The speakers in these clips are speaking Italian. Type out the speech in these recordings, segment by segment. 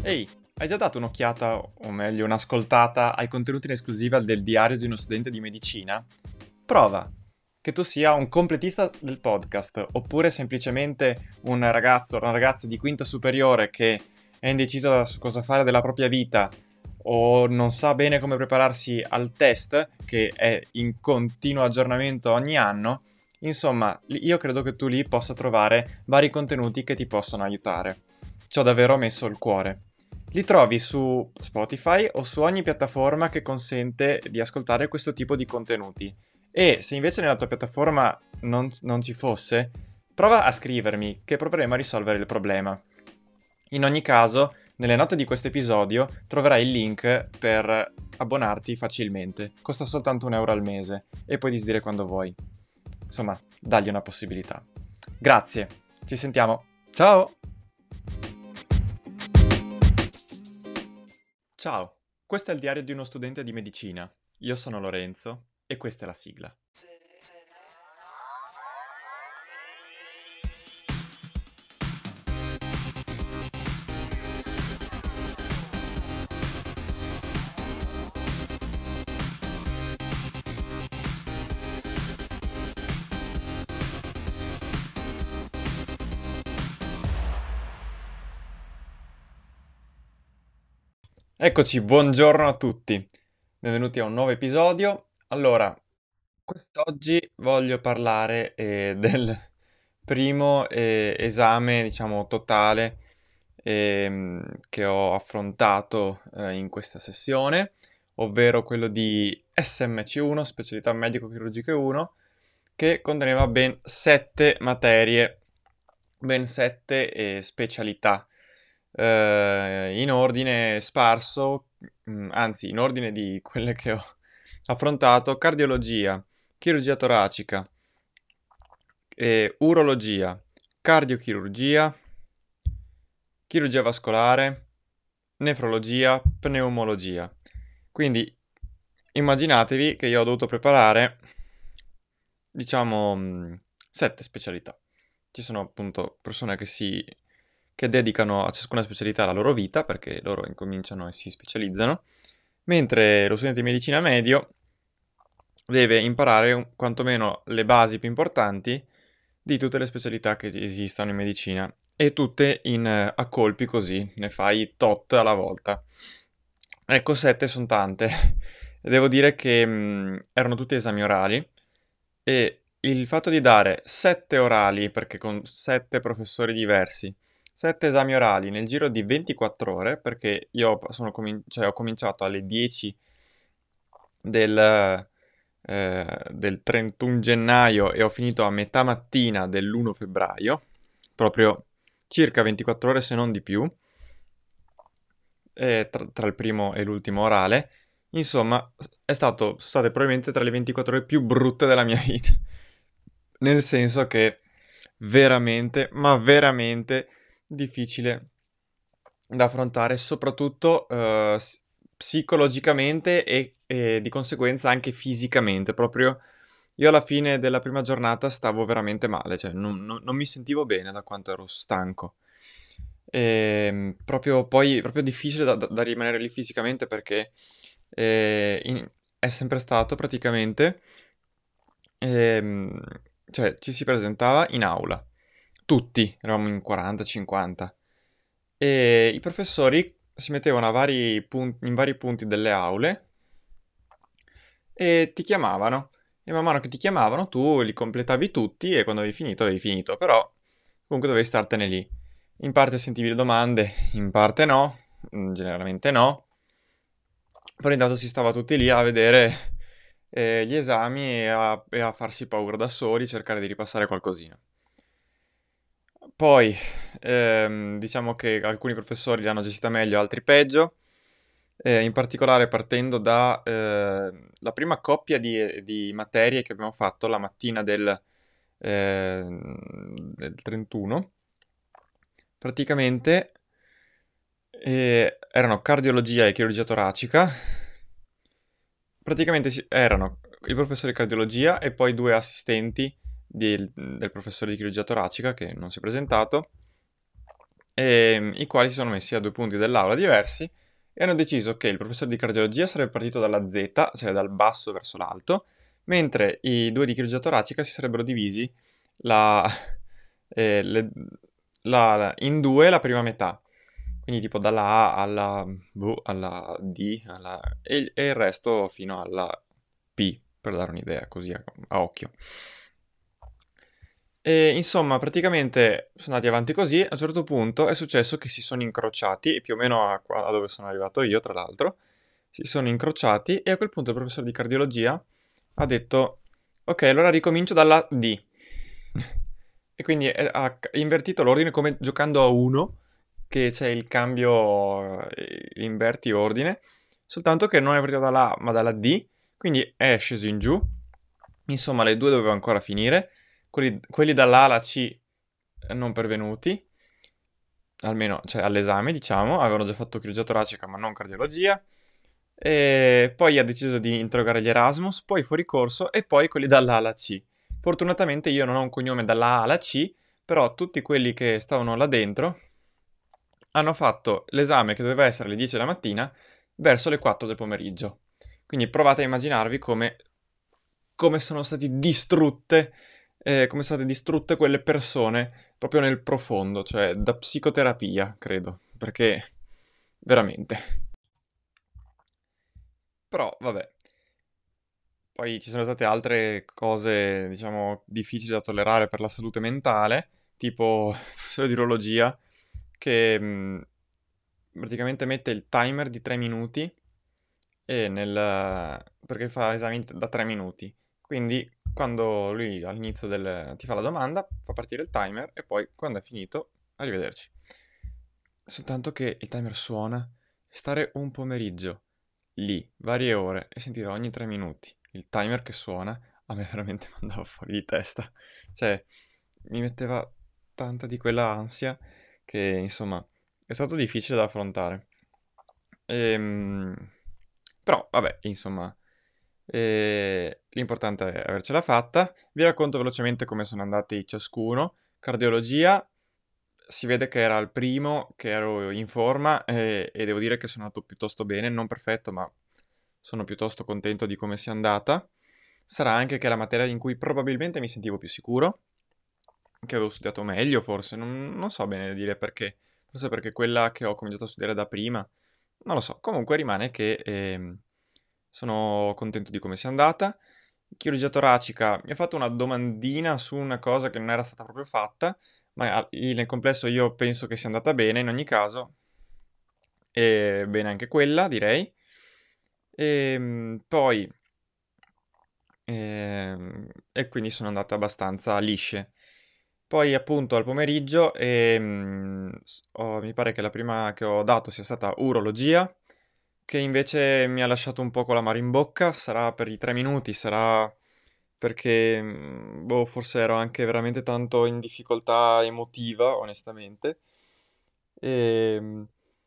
Ehi, hai già dato un'occhiata, o meglio un'ascoltata, ai contenuti in esclusiva del diario di uno studente di medicina? Prova che tu sia un completista del podcast, oppure semplicemente un ragazzo o una ragazza di quinta superiore che è indecisa su cosa fare della propria vita o non sa bene come prepararsi al test, che è in continuo aggiornamento ogni anno. Insomma, io credo che tu lì possa trovare vari contenuti che ti possono aiutare. Ci ho davvero messo il cuore. Li trovi su Spotify o su ogni piattaforma che consente di ascoltare questo tipo di contenuti. E se invece nella tua piattaforma non ci fosse, prova a scrivermi che proveremo a risolvere il problema. In ogni caso, nelle note di questo episodio troverai il link per abbonarti facilmente. Costa soltanto €1 al mese e puoi disdire quando vuoi. Insomma, dagli una possibilità. Grazie, ci sentiamo. Ciao! Ciao, questo è il diario di uno studente di medicina. Io sono Lorenzo e questa è la sigla. Eccoci, buongiorno a tutti. Benvenuti a un nuovo episodio. Allora, quest'oggi voglio parlare del primo esame, diciamo, totale che ho affrontato in questa sessione, ovvero quello di SMC1, Specialità Medico-Chirurgiche 1, che conteneva ben 7 materie, ben 7 specialità, in ordine sparso, anzi in ordine di quelle che ho affrontato: cardiologia, chirurgia toracica, urologia, cardiochirurgia, chirurgia vascolare, nefrologia, pneumologia. Quindi immaginatevi che io ho dovuto preparare, diciamo, 7 specialità. Ci sono appunto persone che dedicano a ciascuna specialità la loro vita, perché loro incominciano e si specializzano, mentre lo studente di medicina medio deve imparare quantomeno le basi più importanti di tutte le specialità che esistono in medicina, e tutte a colpi, così ne fai tot alla volta. Ecco, 7 sono tante. Devo dire che erano tutti esami orali, e il fatto di dare 7 orali, perché con 7 professori diversi, 7 esami orali nel giro di 24 ore, perché io ho cominciato alle 10 del 31 gennaio e ho finito a metà mattina dell'1 febbraio, proprio circa 24 ore se non di più, tra il primo e l'ultimo orale. Insomma, sono state probabilmente tra le 24 ore più brutte della mia vita, nel senso che veramente, ma veramente difficile da affrontare, soprattutto psicologicamente e di conseguenza anche fisicamente. Proprio io alla fine della prima giornata stavo veramente male, cioè non mi sentivo bene da quanto ero stanco. Proprio difficile da rimanere lì fisicamente, perché è sempre stato praticamente, ehm, cioè ci si presentava in aula, tutti, eravamo in 40-50, e i professori si mettevano in vari punti delle aule e ti chiamavano. E man mano che ti chiamavano tu li completavi tutti, e quando avevi finito, però comunque dovevi startene lì. In parte sentivi le domande, in parte no, generalmente no, però intanto si stava tutti lì a vedere gli esami e a farsi paura da soli, cercare di ripassare qualcosina. Poi, diciamo che alcuni professori l'hanno gestita meglio, altri peggio, in particolare partendo da la prima coppia di materie che abbiamo fatto la mattina del 31. Praticamente erano cardiologia e chirurgia toracica. Praticamente erano il professore di cardiologia e poi due assistenti del professore di chirurgia toracica, che non si è presentato, i quali si sono messi a due punti dell'aula diversi e hanno deciso che il professore di cardiologia sarebbe partito dalla Z, cioè dal basso verso l'alto, mentre i due di chirurgia toracica si sarebbero divisi la- le- in due la prima metà. Quindi tipo dalla A alla D e il resto fino alla P, per dare un'idea, così a occhio. E insomma, praticamente sono andati avanti così. A un certo punto è successo che si sono incrociati, più o meno a dove sono arrivato io, tra l'altro. Si sono incrociati e a quel punto il professore di cardiologia ha detto: Ok, allora ricomincio dalla D. E quindi ha invertito l'ordine come giocando a uno, che c'è il cambio, inverti ordine, soltanto che non è partito dalla A ma dalla D, quindi è sceso in giù. Insomma, le due dovevano ancora finire. Quelli dall'A alla C non pervenuti, almeno cioè, all'esame, diciamo, avevano già fatto chirurgia toracica ma non cardiologia. E poi ha deciso di interrogare gli Erasmus, poi fuori corso e poi quelli dall'A alla C. Fortunatamente io non ho un cognome dalla A alla C, però tutti quelli che stavano là dentro hanno fatto l'esame che doveva essere alle 10 della mattina verso le 4 del pomeriggio. Quindi provate a immaginarvi come sono state distrutte, come sono state distrutte quelle persone proprio nel profondo, cioè da psicoterapia, credo, perché veramente. Però, vabbè. Poi ci sono state altre cose, diciamo, difficili da tollerare per la salute mentale, tipo il professore di urologia che praticamente mette il timer di 3 minuti perché fa esami da 3 minuti. Quindi quando lui all'inizio ti fa la domanda, fa partire il timer e poi quando è finito, arrivederci. Soltanto che il timer suona e stare un pomeriggio lì, varie ore, e sentire ogni 3 minuti il timer che suona, a me veramente mandava fuori di testa. Cioè, mi metteva tanta di quella ansia che, insomma, è stato difficile da affrontare. Ehm, Però, vabbè, insomma, l'importante è avercela fatta. Vi racconto velocemente come sono andati ciascuno. Cardiologia, si vede che era il primo, che ero in forma e devo dire che sono andato piuttosto bene, non perfetto, ma sono piuttosto contento di come sia andata. Sarà anche che è la materia in cui probabilmente mi sentivo più sicuro, che avevo studiato meglio forse, non so bene dire perché, forse perché quella che ho cominciato a studiare da prima, non lo so, comunque rimane che sono contento di come sia andata. Chirurgia toracica mi ha fatto una domandina su una cosa che non era stata proprio fatta, ma nel complesso io penso che sia andata bene in ogni caso, e bene anche quella direi. Poi e quindi sono andate abbastanza lisce. Poi appunto al pomeriggio mi pare che la prima che ho dato sia stata urologia, che invece mi ha lasciato un po' con l'amaro in bocca, sarà per i 3 minuti, sarà perché boh, forse ero anche veramente tanto in difficoltà emotiva, onestamente. E,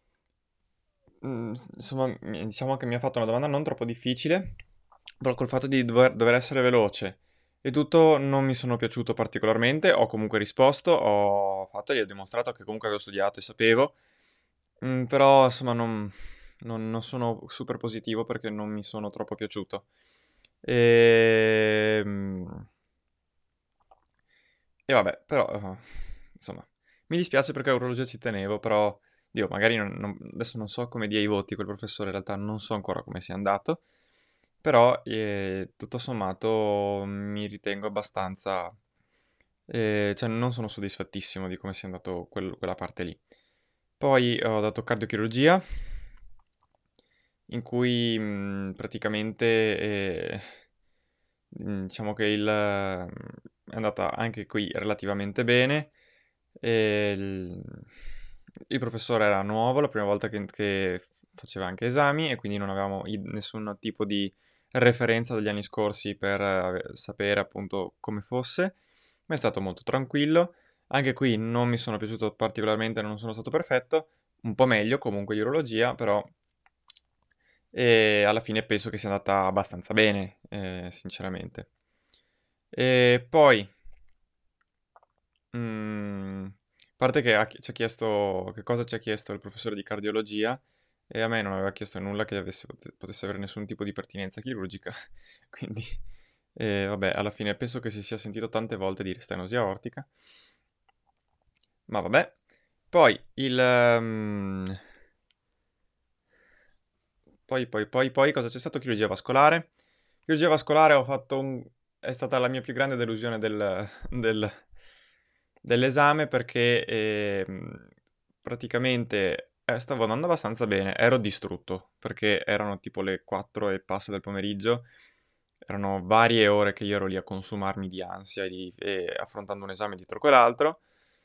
insomma, diciamo che mi ha fatto una domanda non troppo difficile, però col fatto di dover essere veloce e tutto non mi sono piaciuto particolarmente. Ho comunque risposto, ho fatto, gli ho dimostrato che comunque avevo studiato e sapevo. Però insomma non sono super positivo perché non mi sono troppo piaciuto. Ehm, E vabbè, però, insomma, mi dispiace perché a urologia ci tenevo, però, Dio, magari adesso non so come dia i voti quel professore, in realtà non so ancora come sia andato, però, tutto sommato, mi ritengo abbastanza, cioè non sono soddisfattissimo di come sia andato quella parte lì. Poi ho dato cardiochirurgia, in cui praticamente diciamo che è andata anche qui relativamente bene. E il professore era nuovo, la prima volta che faceva anche esami e quindi non avevamo nessun tipo di referenza dagli anni scorsi per sapere appunto come fosse, ma è stato molto tranquillo. Anche qui non mi sono piaciuto particolarmente, non sono stato perfetto, un po' meglio comunque di urologia, però alla fine penso che sia andata abbastanza bene, sinceramente. E poi, mm, parte che ci ha chiesto che cosa ci ha chiesto il professore di cardiologia e a me non aveva chiesto nulla che potesse avere nessun tipo di pertinenza chirurgica, quindi vabbè, alla fine penso che si sia sentito tante volte dire stenosi aortica, ma vabbè. Poi poi cosa c'è stato? Chirurgia vascolare. Chirurgia vascolare ho fatto è stata la mia più grande delusione del- dell'esame perché praticamente stavo andando abbastanza bene, ero distrutto perché erano tipo le 4 e passa del pomeriggio, erano varie ore che io ero lì a consumarmi di ansia e affrontando un esame dietro quell'altro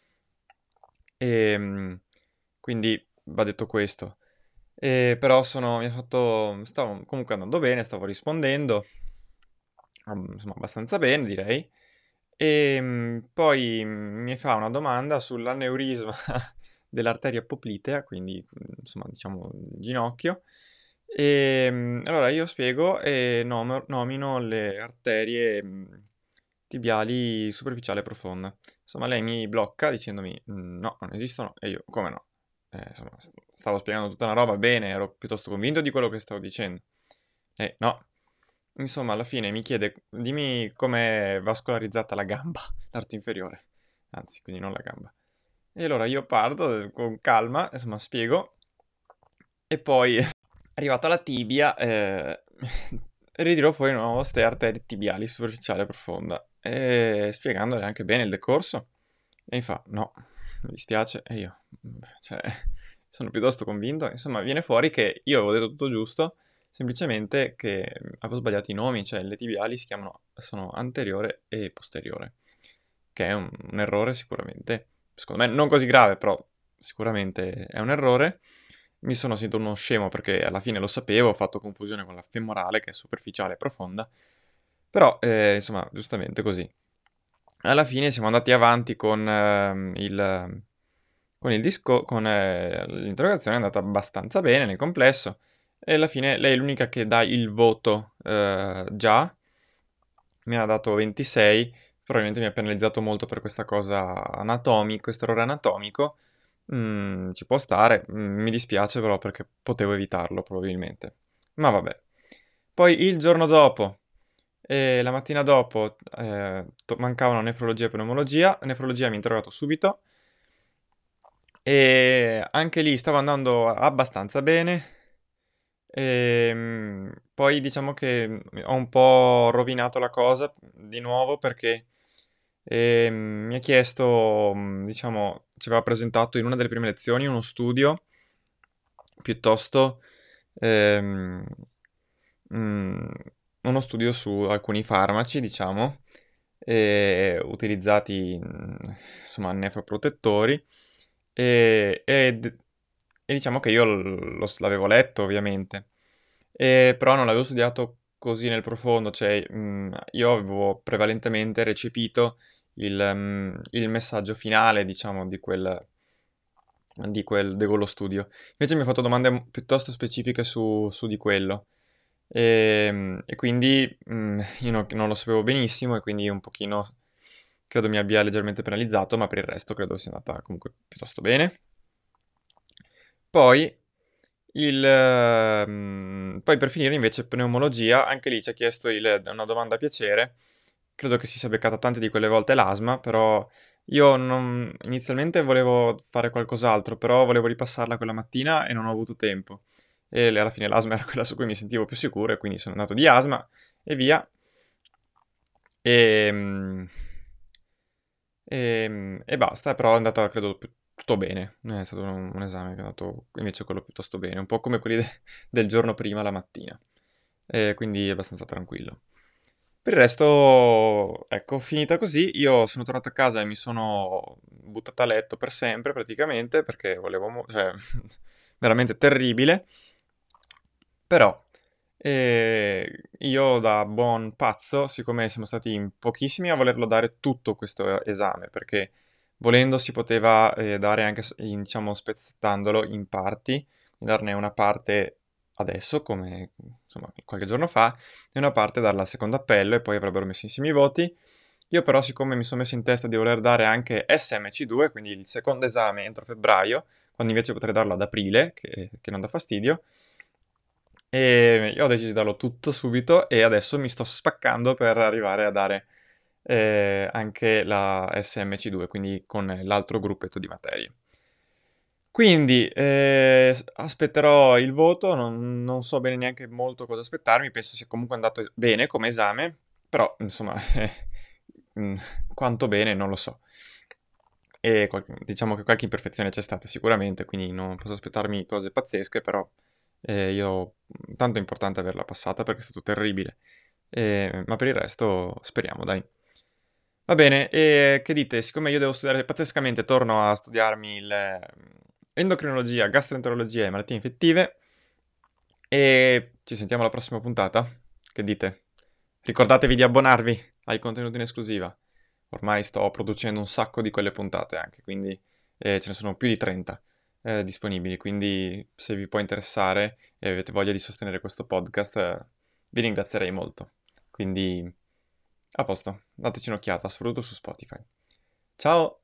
e quindi va detto questo. Però stavo comunque andando bene, stavo rispondendo, insomma, abbastanza bene, direi. E poi mi fa una domanda sull'aneurisma dell'arteria poplitea, quindi, insomma, diciamo, il ginocchio. E allora io spiego e nomino le arterie tibiali superficiale e profonda. Insomma, lei mi blocca dicendomi, no, non esistono, e io, come no? Insomma, stavo spiegando tutta una roba bene, ero piuttosto convinto di quello che stavo dicendo. No. Insomma, alla fine mi chiede, dimmi com'è vascolarizzata la gamba, l'arto inferiore. Anzi, quindi non la gamba. E allora io parto con calma, insomma, spiego. E poi, arrivato alla tibia, ridirò fuori di nuovo ste arterie tibiali superficiale e profonda. E spiegandole anche bene il decorso. E mi fa, no, mi dispiace. E io, cioè, sono piuttosto convinto. Insomma, viene fuori che io avevo detto tutto giusto, semplicemente che avevo sbagliato i nomi, cioè le tibiali sono anteriore e posteriore, che è un errore sicuramente, secondo me non così grave, però sicuramente è un errore. Mi sono sentito uno scemo perché alla fine lo sapevo, ho fatto confusione con la femorale che è superficiale e profonda, però insomma, giustamente così. Alla fine siamo andati avanti con l'interrogazione, è andata abbastanza bene nel complesso e alla fine lei è l'unica che dà il voto già, mi ha dato 26, probabilmente mi ha penalizzato molto per questa cosa anatomica, questo errore anatomico. Ci può stare, mi dispiace però perché potevo evitarlo probabilmente. Ma vabbè. Poi il giorno dopo e la mattina dopo mancavano nefrologia e pneumologia. Nefrologia mi ha interrogato subito e anche lì stavo andando abbastanza bene. Poi diciamo che ho un po' rovinato la cosa di nuovo perché mi ha chiesto, diciamo, ci aveva presentato in una delle prime lezioni uno studio piuttosto ehm, mm, uno studio su alcuni farmaci, diciamo, utilizzati, insomma, nefroprotettori, e, ed- e diciamo che io l'avevo letto, ovviamente, però non l'avevo studiato così nel profondo, cioè, io avevo prevalentemente recepito il messaggio finale, diciamo, di quello studio. Invece mi ha fatto domande piuttosto specifiche su di quello. E quindi io non lo sapevo benissimo e quindi un pochino credo mi abbia leggermente penalizzato, ma per il resto credo sia andata comunque piuttosto bene. Poi, poi per finire invece pneumologia, anche lì ci ha chiesto una domanda a piacere. Credo che si sia beccata tante di quelle volte l'asma, però io inizialmente volevo fare qualcos'altro, però volevo ripassarla quella mattina e non ho avuto tempo. E alla fine l'asma era quella su cui mi sentivo più sicuro e quindi sono andato di asma e via. E, e basta, però è andata credo tutto bene. È stato un esame che è andato invece quello piuttosto bene, un po' come quelli del giorno prima la mattina. E quindi abbastanza tranquillo. Per il resto, ecco, finita così, io sono tornato a casa e mi sono buttato a letto per sempre praticamente perché cioè, veramente terribile. Però io da buon pazzo, siccome siamo stati in pochissimi a volerlo dare tutto questo esame, perché volendo si poteva dare anche, diciamo, spezzettandolo in parti, darne una parte adesso, come insomma qualche giorno fa, e una parte darla al secondo appello e poi avrebbero messo insieme i voti. Io però, siccome mi sono messo in testa di voler dare anche SMC2, quindi il secondo esame entro febbraio, quando invece potrei darlo ad aprile, che non dà fastidio, e io ho deciso di darlo tutto subito e adesso mi sto spaccando per arrivare a dare anche la SMC2, quindi con l'altro gruppetto di materie. Quindi aspetterò il voto, non so bene neanche molto cosa aspettarmi, penso sia comunque andato bene come esame, però insomma, mm, quanto bene non lo so. E diciamo che qualche imperfezione c'è stata sicuramente, quindi non posso aspettarmi cose pazzesche, però tanto è importante averla passata perché è stato terribile. Ma per il resto speriamo, dai. Va bene, e che dite? Siccome io devo studiare pazzescamente, torno a studiarmi endocrinologia, gastroenterologia e malattie infettive e ci sentiamo alla prossima puntata. Che dite? Ricordatevi di abbonarvi ai contenuti in esclusiva. Ormai sto producendo un sacco di quelle puntate anche, quindi ce ne sono più di 30 disponibili, quindi se vi può interessare e avete voglia di sostenere questo podcast, vi ringrazierei molto. Quindi a posto, dateci un'occhiata, soprattutto su Spotify. Ciao!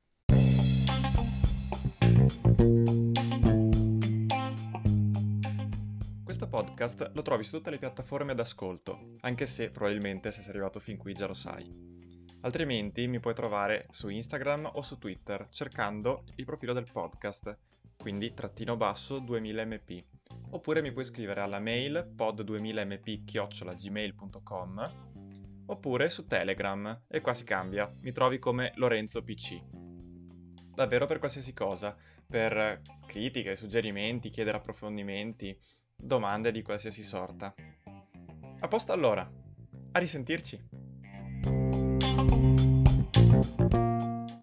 Questo podcast lo trovi su tutte le piattaforme ad ascolto, anche se probabilmente se sei arrivato fin qui già lo sai. Altrimenti mi puoi trovare su Instagram o su Twitter cercando il profilo del podcast, quindi _ 2000mp. Oppure mi puoi scrivere alla mail pod2000mp@gmail.com oppure su Telegram, e qua si cambia, mi trovi come Lorenzo PC. Davvero per qualsiasi cosa, per critiche, suggerimenti, chiedere approfondimenti, domande di qualsiasi sorta. A posto allora, a risentirci!